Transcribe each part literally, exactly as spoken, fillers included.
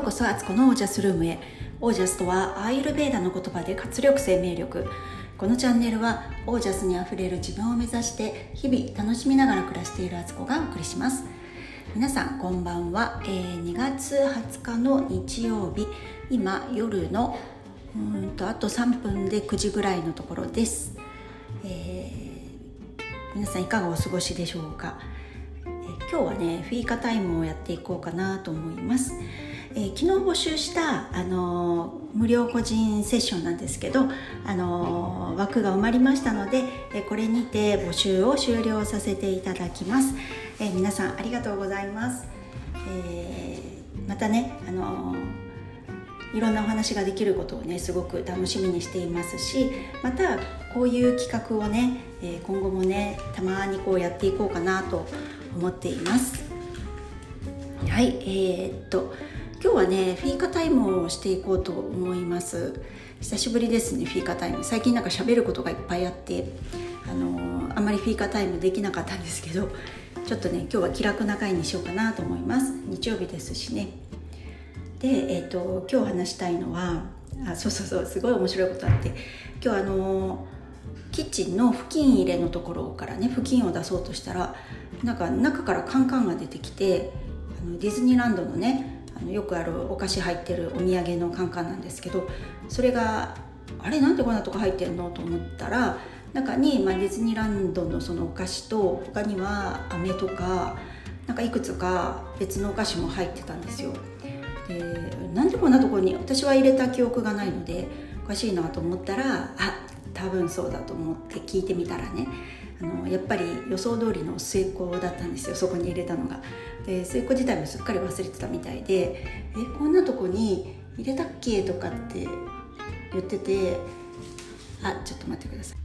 こそアツコのオージャスルームへ。オージャスとはアーユルベーダの言葉で活力、生命力。このチャンネルはオージャスにあふれる自分を目指して日々楽しみながら暮らしているアツコがお送りします。皆さんこんばんは、えー、にがつはつかの日曜日、今夜のうーんとあとさんぷんでくじぐらいのところです。えー、皆さんいかがお過ごしでしょうか。えー、今日はねフィーカタイムをやっていこうかなと思います。えー、昨日募集した、あのー、無料個人セッションなんですけど、あのー、枠が埋まりましたので、えー、これにて募集を終了させていただきます。えー、皆さんありがとうございます。えー、またね、あのー、いろんなお話ができることをねすごく楽しみにしていますし、またこういう企画をね、えー、今後もねたまにこうやっていこうかなと思っています。はい、えー、っと今日はねフィーカタイムをしていこうと思います。久しぶりですね、フィーカタイム。最近なんか喋ることがいっぱいあって、あのー、あんまりフィーカタイムできなかったんですけど、ちょっとね今日は気楽な回にしようかなと思います。日曜日ですしね。で、えー、と今日話したいのはあそうそうそうすごい面白いことあって、今日あのー、キッチンの布巾入れのところからね布巾を出そうとしたら、なんか中からカンカンが出てきて、あのディズニーランドのねあのよくあるお菓子入ってるお土産のカンカンなんですけど、それがあれなんでこんなとこ入ってんのと思ったら、中に、まあ、ディズニーランドのそのお菓子と他には飴とかなんかいくつか別のお菓子も入ってたんですよ。でなんでこんなところに私は入れた記憶がないのでおかしいなと思ったら、あ多分そうだと思って聞いてみたらね、あのやっぱり予想通りの末っ子だったんですよ、そこに入れたのが。で末っ子自体もすっかり忘れてたみたいで、えこんなとこに入れたっけとかって言ってて、あちょっと待ってください。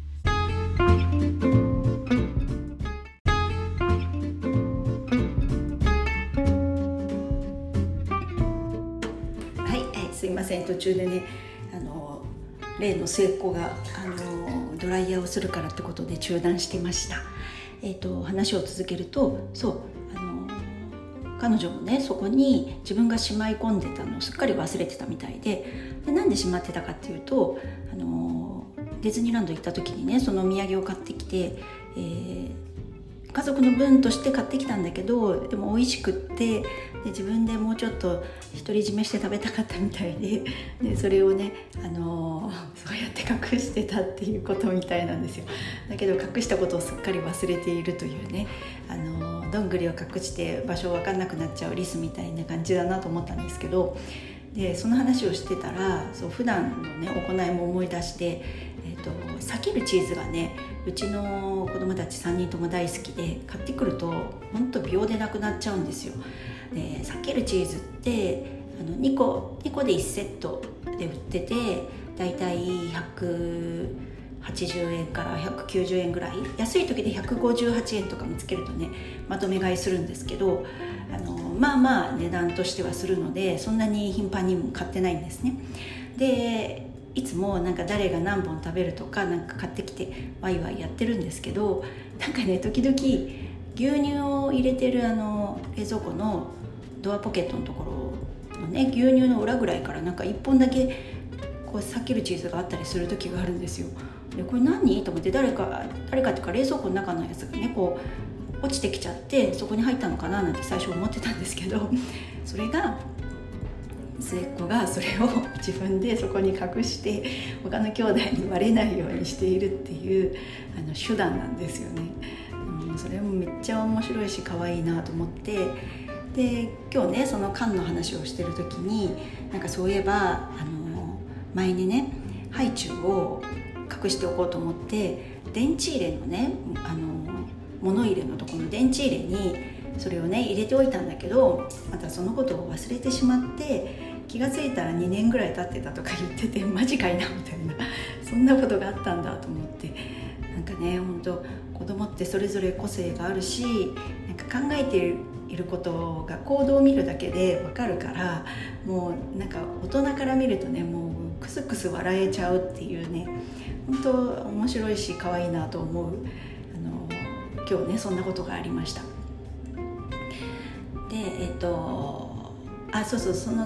はい、はい、すいません、途中でねあの例の末っ子があのドライヤーをするからってことで中断してました。えーと、話を続けると、そうあの彼女もねそこに自分がしまい込んでたのをすっかり忘れてたみたいで、でなんでしまってたかっていうと、あのディズニーランド行った時にねそのお土産を買ってきて、えー、家族の分として買ってきたんだけど、でも美味しくってで自分でもうちょっと独り占めして食べたかったみたい で, でそれをね、あのー、そうやって隠してたっていうことみたいなんですよ。だけど隠したことをすっかり忘れているというね、あのー、どんぐりを隠して場所分かんなくなっちゃうリスみたいな感じだなと思ったんですけど、でその話をしてたら、そう普段のね行いも思い出して、えーと、裂けるチーズがねうちの子供たちさんにんとも大好きで、買ってくると本当秒でなくなっちゃうんですよ。で裂けるチーズってあのにこにこでいちセットで売ってて、だいたいひゃくはちじゅうえんからひゃくきゅうじゅうえんぐらい、安い時でひゃくごじゅうはちえんとか見つけるとねまとめ買いするんですけど、あのまあまあ値段としてはするのでそんなに頻繁にも買ってないんですね。でいつもなんか誰が何本食べるとかなんか買ってきてワイワイやってるんですけど、なんかね時々牛乳を入れてるあの冷蔵庫のドアポケットのところのね牛乳の裏ぐらいからなんかいっぽんだけこう裂けるチーズがあったりする時があるんですよ。でこれ何と思って、誰か誰かっていうか冷蔵庫の中のやつがねこう落ちてきちゃってそこに入ったのかななんて最初思ってたんですけど、それが末っ子がそれを自分でそこに隠して他の兄弟にバレないようにしているっていうあの手段なんですよね。うん、それもめっちゃ面白いし可愛いなと思って、で今日ねその缶の話をしてる時になんかそういえばあの前にねハイチュウを隠しておこうと思って電池入れのねあの物入れのところの電池入れにそれをね入れておいたんだけど、またそのことを忘れてしまって気がついたらにねんぐらい経ってたとか言ってて、マジかいなみたいな、そんなことがあったんだと思って、なんかね本当子供ってそれぞれ個性があるし、なんか考えていることが行動を見るだけで分かるから、もうなんか大人から見るとねもうクスクス笑えちゃうっていうね、本当面白いし可愛いなと思う、あの今日ねそんなことがありました。でえっとあそうそうそのね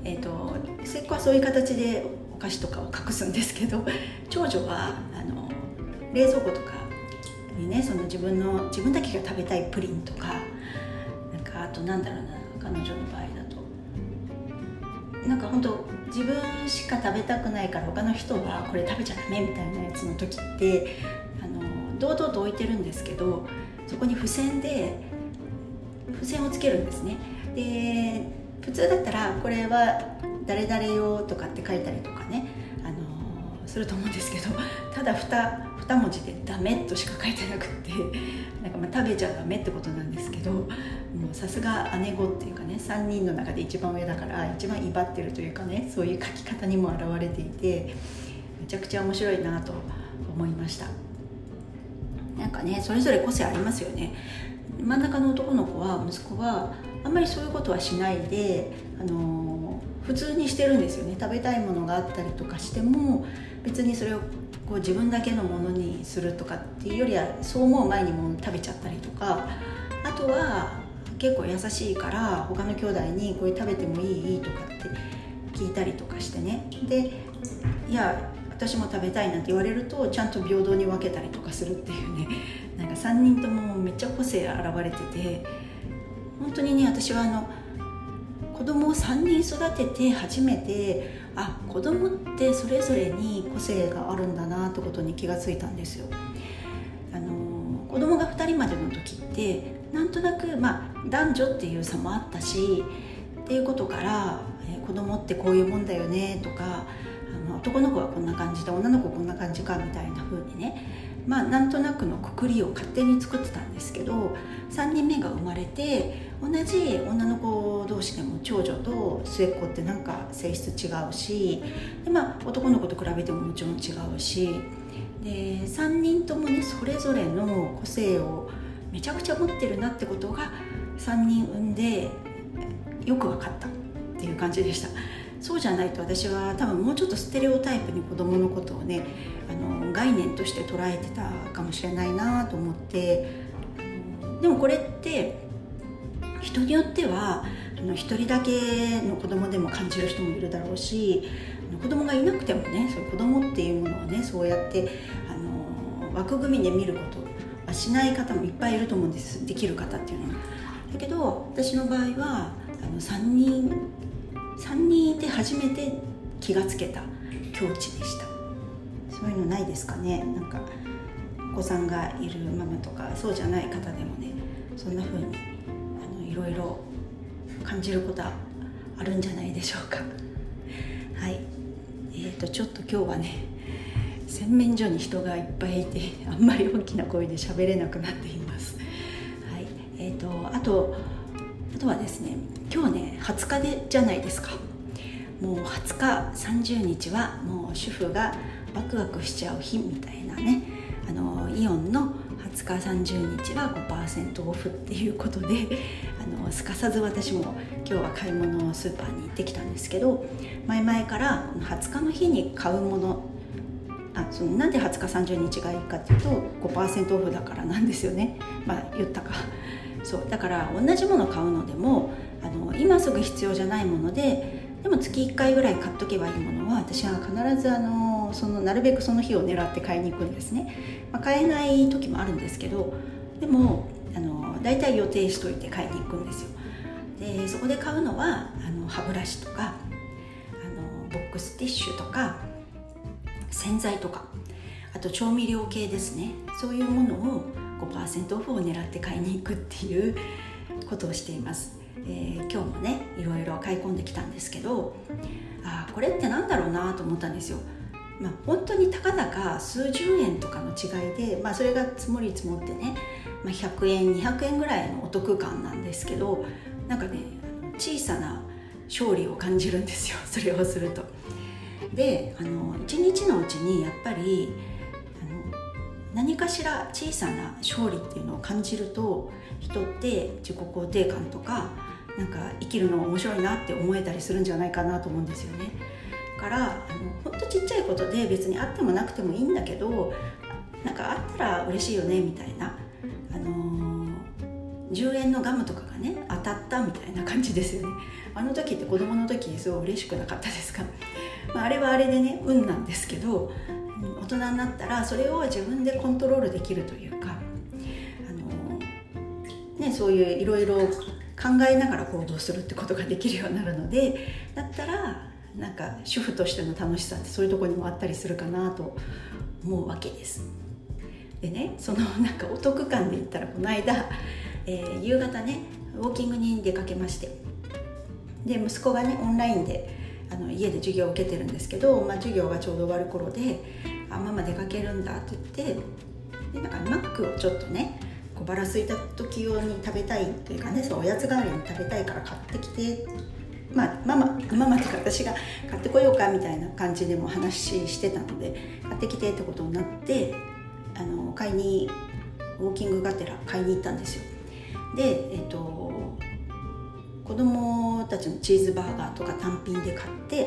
えーと、末っ子はそういう形でお菓子とかを隠すんですけど、長女はあの冷蔵庫とかにね、その自分の自分だけが食べたいプリンとか、なんかあとなんだろうな、彼女の場合だとなんか本当自分しか食べたくないから他の人はこれ食べちゃダメみたいなやつの時ってあの堂々と置いてるんですけど、そこに付箋で付箋をつけるんですね。で普通だったらこれは誰々用とかって書いたりとかね、あのすると思うんですけど、ただ 2, 2文字でダメとしか書いてなくってなんかまあ食べちゃダメってことなんですけど、もうさすが姉子っていうかね、さんにんの中で一番上だから一番威張ってるというかね、そういう書き方にも表れていてめちゃくちゃ面白いなと思いました。なんかね、それぞれ個性ありますよね。真ん中の男の子は息子はあんまりそういうことはしないで、あのー、普通にしてるんですよね。食べたいものがあったりとかしても別にそれをこう自分だけのものにするとかっていうよりは、そう思う前にも食べちゃったりとか、あとは結構優しいから他の兄弟にこれ食べてもいいとかって聞いたりとかしてね、でいや私も食べたいなんて言われるとちゃんと平等に分けたりとかするっていうね、なんかさんにんともめっちゃ個性現れてて、本当にね、私はあの子供をさんにん育てて初めて、あ、子供ってそれぞれに個性があるんだなってことに気がついたんですよ。あの子供がふたりまでの時ってなんとなく、まあ、男女っていう差もあったしっていうことから、えー、子供ってこういうもんだよねとか、あの男の子はこんな感じで女の子こんな感じかみたいな風にね、まあなんとなくのくくりを勝手に作ってたんですけど、さんにんめが生まれて同じ女の子同士でも長女と末っ子ってなんか性質違うし、で、まあ、男の子と比べてももちろん違うし、でさんにんともねそれぞれの個性をめちゃくちゃ持ってるなってことがさんにん産んでよく分かったっていう感じでした。そうじゃないと私は多分もうちょっとステレオタイプに子供のことをね、あの概念として捉えてたかもしれないなと思って、でもこれって人によっては一人だけの子供でも感じる人もいるだろうし、子供がいなくてもね、そういう子供っていうものをね、そうやってあの枠組みで見ることはしない方もいっぱいいると思うんです、できる方っていうのは。だけど私の場合はあのさんにんさんにんいて初めて気がつけた境地でした。そういうのないですかね。なんかお子さんがいるママとかそうじゃない方でもね、そんな風にあのいろいろ感じることはあるんじゃないでしょうか。はい、えーとちょっと今日はね、洗面所に人がいっぱいいてあんまり大きな声で喋れなくなっています。はい、えーとあとあとはですね、今日ねはつかでじゃないですか。もうはつかさんじゅうにちはもう主婦がワクワクしちゃう日みたいなね、あのイオンのはつかさんじゅうにちは ごパーセント オフっていうことで、あのすかさず私も今日は買い物をスーパーに行ってきたんですけど、前々からこのはつかの日に買うもの、あそのなんではつかさんじゅうにちがいいかっていうと ごパーセント オフだからなんですよね。まあ言ったか。そうだから同じもの買うのでもあの今すぐ必要じゃないもので、でも月いっかいぐらい買っとけばいいものは私は必ずあのそのなるべくその日を狙って買いに行くんですね。まあ、買えない時もあるんですけど、でもあのだいたい予定しといて買いに行くんですよ。でそこで買うのはあの歯ブラシとかあのボックスティッシュとか洗剤とか、あと調味料系ですね。そういうものを ごパーセント オフを狙って買いに行くっていうことをしています。えー、今日もねいろいろ買い込んできたんですけど、あこれってなんだろうなと思ったんですよ。まあ、本当にたかだか数十円とかの違いで、まあ、それが積もり積もってね、まあ、ひゃくえんにひゃくえんぐらいのお得感なんですけど、なんかね小さな勝利を感じるんですよ、それをすると。であの一日のうちにやっぱりあの何かしら小さな勝利っていうのを感じると、人って自己肯定感とかなんか生きるの面白いなって思えたりするんじゃないかなと思うんですよね。だからあのほんとちっちゃいことで別にあってもなくてもいいんだけど、なんかあったら嬉しいよねみたいな、あのー、 じゅうえんのガムとかがね当たったみたいな感じですよね。あの時って子供の時すごい嬉しくなかったですか？まあ、あれはあれでね運なんですけど、大人になったらそれを自分でコントロールできるというか、あの、ね、そういういろいろ考えながら行動するってことができるようになるので、だったらなんか主婦としての楽しさってそういうところにもあったりするかなと思うわけです。でね、そのなんかお得感で言ったら、この間、えー、夕方ねウォーキングに出かけまして、で息子がねオンラインであの家で授業を受けてるんですけど、まあ、授業がちょうど終わる頃で、あママ出かけるんだって言って、でなんかマックをちょっとね小腹空いた時用に食べたいというかね、そうおやつ代わりに食べたいから買ってきて、まあ、ママママってか私が買ってこようかみたいな感じでも話してたので、買ってきてってことになって、あの買いにウォーキングがてら買いに行ったんですよ。で、えっと子供たちのチーズバーガーとか単品で買って、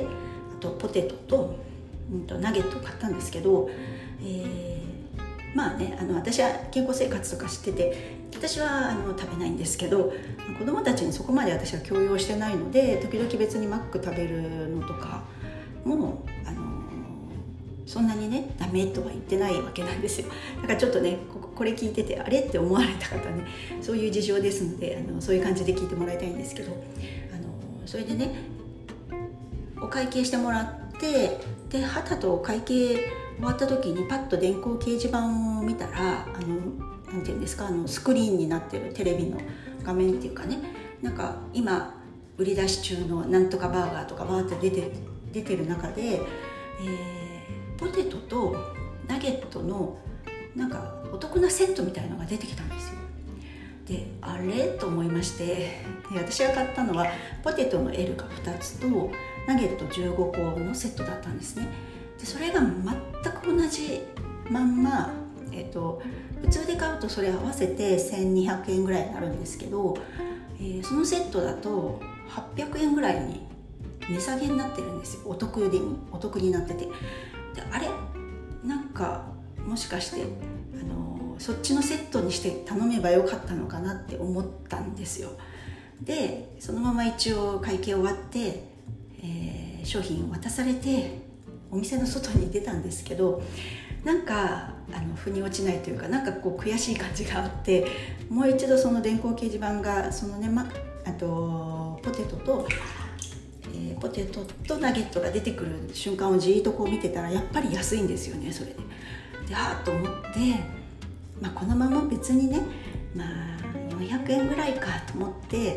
あとポテトと、うん、とナゲットを買ったんですけど、えー、まあねあの私は健康生活とか知ってて、私はあの食べないんですけど、子供たちにそこまで私は強要してないので、時々別にマック食べるのとかもあのそんなにねダメとは言ってないわけなんですよ。だからちょっとね こ, これ聞いててあれって思われた方ね、そういう事情ですので、あのそういう感じで聞いてもらいたいんですけど、あのそれでねお会計してもらって、ではたとお会計終わった時にパッと電光掲示板を見たら、あのなんていうんですか、あのスクリーンになってるテレビの画面っていうかね、なんか今売り出し中のなんとかバーガーとかバーって出て出てる中で、えー、ポテトとナゲットのなんかお得なセットみたいのが出てきたんですよ。であれと思いまして、で私が買ったのはポテトの エル がふたつとナゲットじゅうごこのセットだったんですね。でそれが全く同じまんま、えっと、普通で買うとそれ合わせてせんにひゃくえんぐらいになるんですけど、えー、そのセットだとはっぴゃくえんぐらいに値下げになってるんですよ。お得でお得になってて、であれなんかもしかしてあのそっちのセットにして頼めばよかったのかなって思ったんですよ。でそのまま一応会計終わって、えー、商品を渡されてお店の外に出たんですけど、なんかあの腑に落ちないというか、なんかこう悔しい感じがあって、もう一度その電光掲示板がそのね、ま、あとポテトと、えー、ポテトとナゲットが出てくる瞬間をじーっとこう見てたら、やっぱり安いんですよね。それでであーっと思って、まあ、このまま別にね、まあ、よんひゃくえんぐらいかと思って、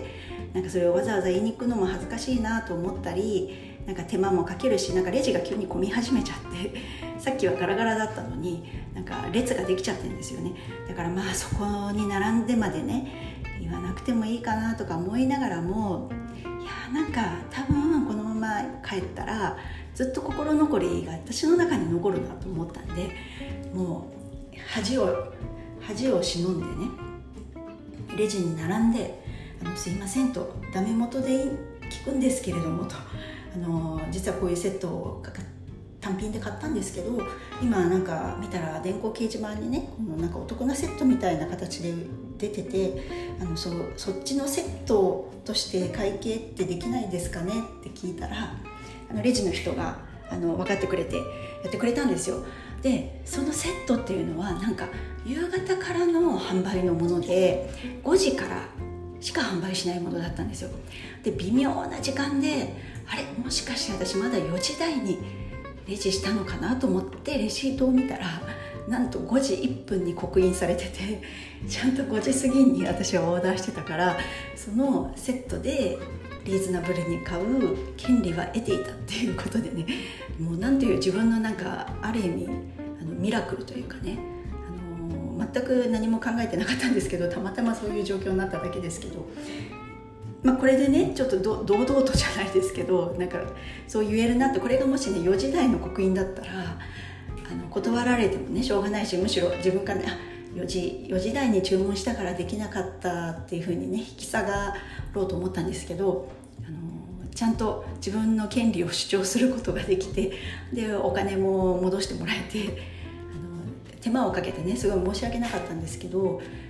なんかそれをわざわざ言いに行くのも恥ずかしいなと思ったり、なんか手間もかけるし、なんかレジが急に混み始めちゃってさっきはガラガラだったのになんか列ができちゃってるんですよね。だからまあそこに並んでまでね言わなくてもいいかなとか思いながらも、いやなんか多分このまま帰ったらずっと心残りが私の中に残るなと思ったんで、もう恥を恥を忍んでねレジに並んで、あのすいませんと、ダメ元で聞くんですけれどもと、あの実はこういうセットを単品で買ったんですけど、今なんか見たら電光掲示板にね、このなんかお得なセットみたいな形で出てて、あの そ, そっちのセットとして会計ってできないですかねって聞いたら、あのレジの人があの分かってくれてやってくれたんですよ。でそのセットっていうのはなんか夕方からの販売のもので、ごじからしか販売しないものだったんですよ。で微妙な時間で、あれもしかして私まだよじ台にレジしたのかなと思ってレシートを見たら、なんとごじいっぷんに刻印されてて、ちゃんとごじ過ぎに私はオーダーしてたから、そのセットでリーズナブルに買う権利は得ていたっていうことでね、もうなんていう自分のなんかある意味あのミラクルというかね、あの全く何も考えてなかったんですけど、たまたまそういう状況になっただけですけど、まあ、これでねちょっとど堂々とじゃないですけど、なんかそう言えるなって、これがもしねよじ台の刻印だったらあの断られてもねしょうがないし、むしろ自分からね、あよじ、よじ台に注文したからできなかったっていう風にね引き下がろうと思ったんですけど、あのちゃんと自分の権利を主張することができて、でお金も戻してもらえて、あの手間をかけてねすごい申し訳なかったんですけど、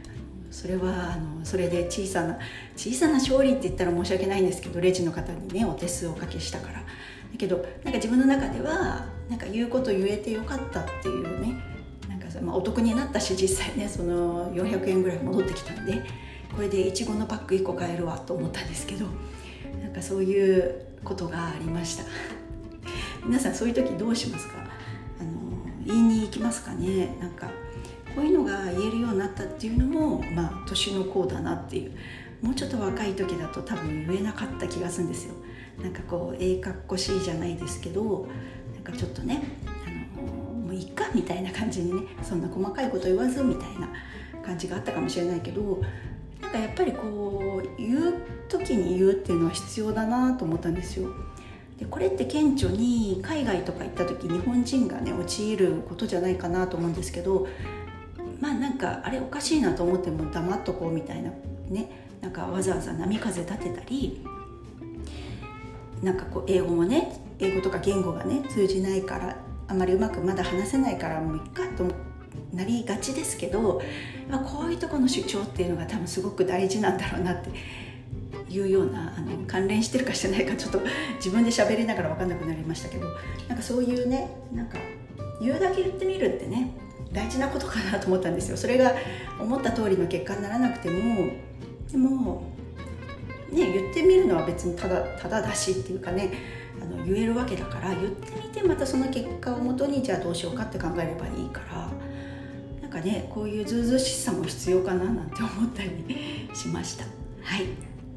それはあのそれで小さな小さな勝利って言ったら申し訳ないんですけど、レジの方にねお手数をおかけしたから。だけどなんか自分の中ではなんか言うこと言えてよかったっていうね、なんか、まあ、お得になったし、実際ねそのよんひゃくえんぐらい戻ってきたんで、これでいちごのパックいっこ買えるわと思ったんですけど、なんかそういうことがありました。皆さんそういう時どうしますか？あの言いに行きますかね。なんかこういうのが言えるようになったっていうのも、まあ年の功だなっていう。もうちょっと若い時だと多分言えなかった気がするんですよ。なんかこうええかっこしいじゃないですけど、なんかちょっとね、あのもういいかみたいな感じにね、そんな細かいこと言わずみたいな感じがあったかもしれないけど、なんかやっぱりこう言う時に言うっていうのは必要だなと思ったんですよ。でこれって顕著に海外とか行った時、日本人がね陥ることじゃないかなと思うんですけど、まあなんかあれおかしいなと思っても黙っとこうみたいなね、なんかわざわざ波風立てたり、なんかこう英語もね、英語とか言語がね通じないから、あまりうまくまだ話せないからもういっかとなりがちですけど、まあ、こういうところの主張っていうのが多分すごく大事なんだろうなっていうような、あの関連してるかしてないかちょっと自分で喋りながら分かんなくなりましたけど、なんかそういうね、なんか言うだけ言ってみるってね大事なことかなと思ったんですよ。それが思った通りの結果にならなくても、でもね、言ってみるのは別にただただだしっていうかね、あの言えるわけだから、言ってみてまたその結果をもとにじゃあどうしようかって考えればいいから、なんかねこういうずうずうしさも必要かななんて思ったりしました。はい。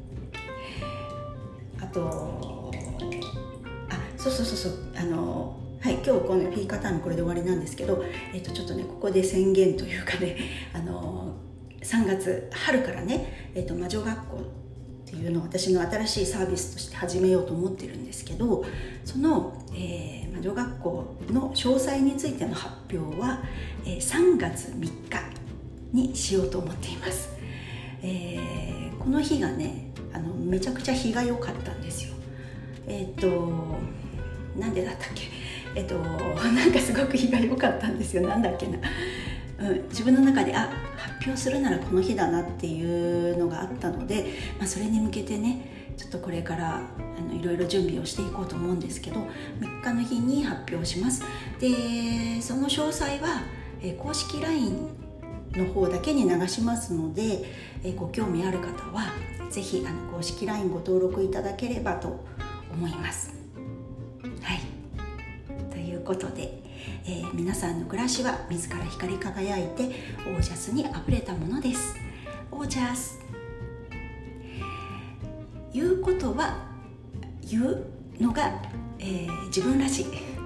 あとあそうそうそうそうあのはい今日このピーカターンこれで終わりなんですけど、えっとちょっとねここで宣言というかね、あのさんがつ春からね、えっと魔女学校っていうのを私の新しいサービスとして始めようと思ってるんですけど、その、えー、魔女学校の詳細についての発表は、えー、さんがつみっかにしようと思っています。えー、この日がねあのめちゃくちゃ日が良かったんですよ。えっとなんでだったっけ、えっとなんかすごく日が良かったんですよ。なんだっけな、うん、自分の中であ発表するならこの日だなっていうのがあったので、まあ、それに向けてねちょっとこれからあのいろいろ準備をしていこうと思うんですけど、みっかの日に発表します。でその詳細は、えー、公式 ライン の方だけに流しますので、えー、ご興味ある方はぜひあの公式 ライン ご登録いただければと思います。はいということで、えー、皆さんの暮らしは自ら光り輝いてオージャスにあふれたものです。オージャス、言うことは言うのが、えー、自分らしい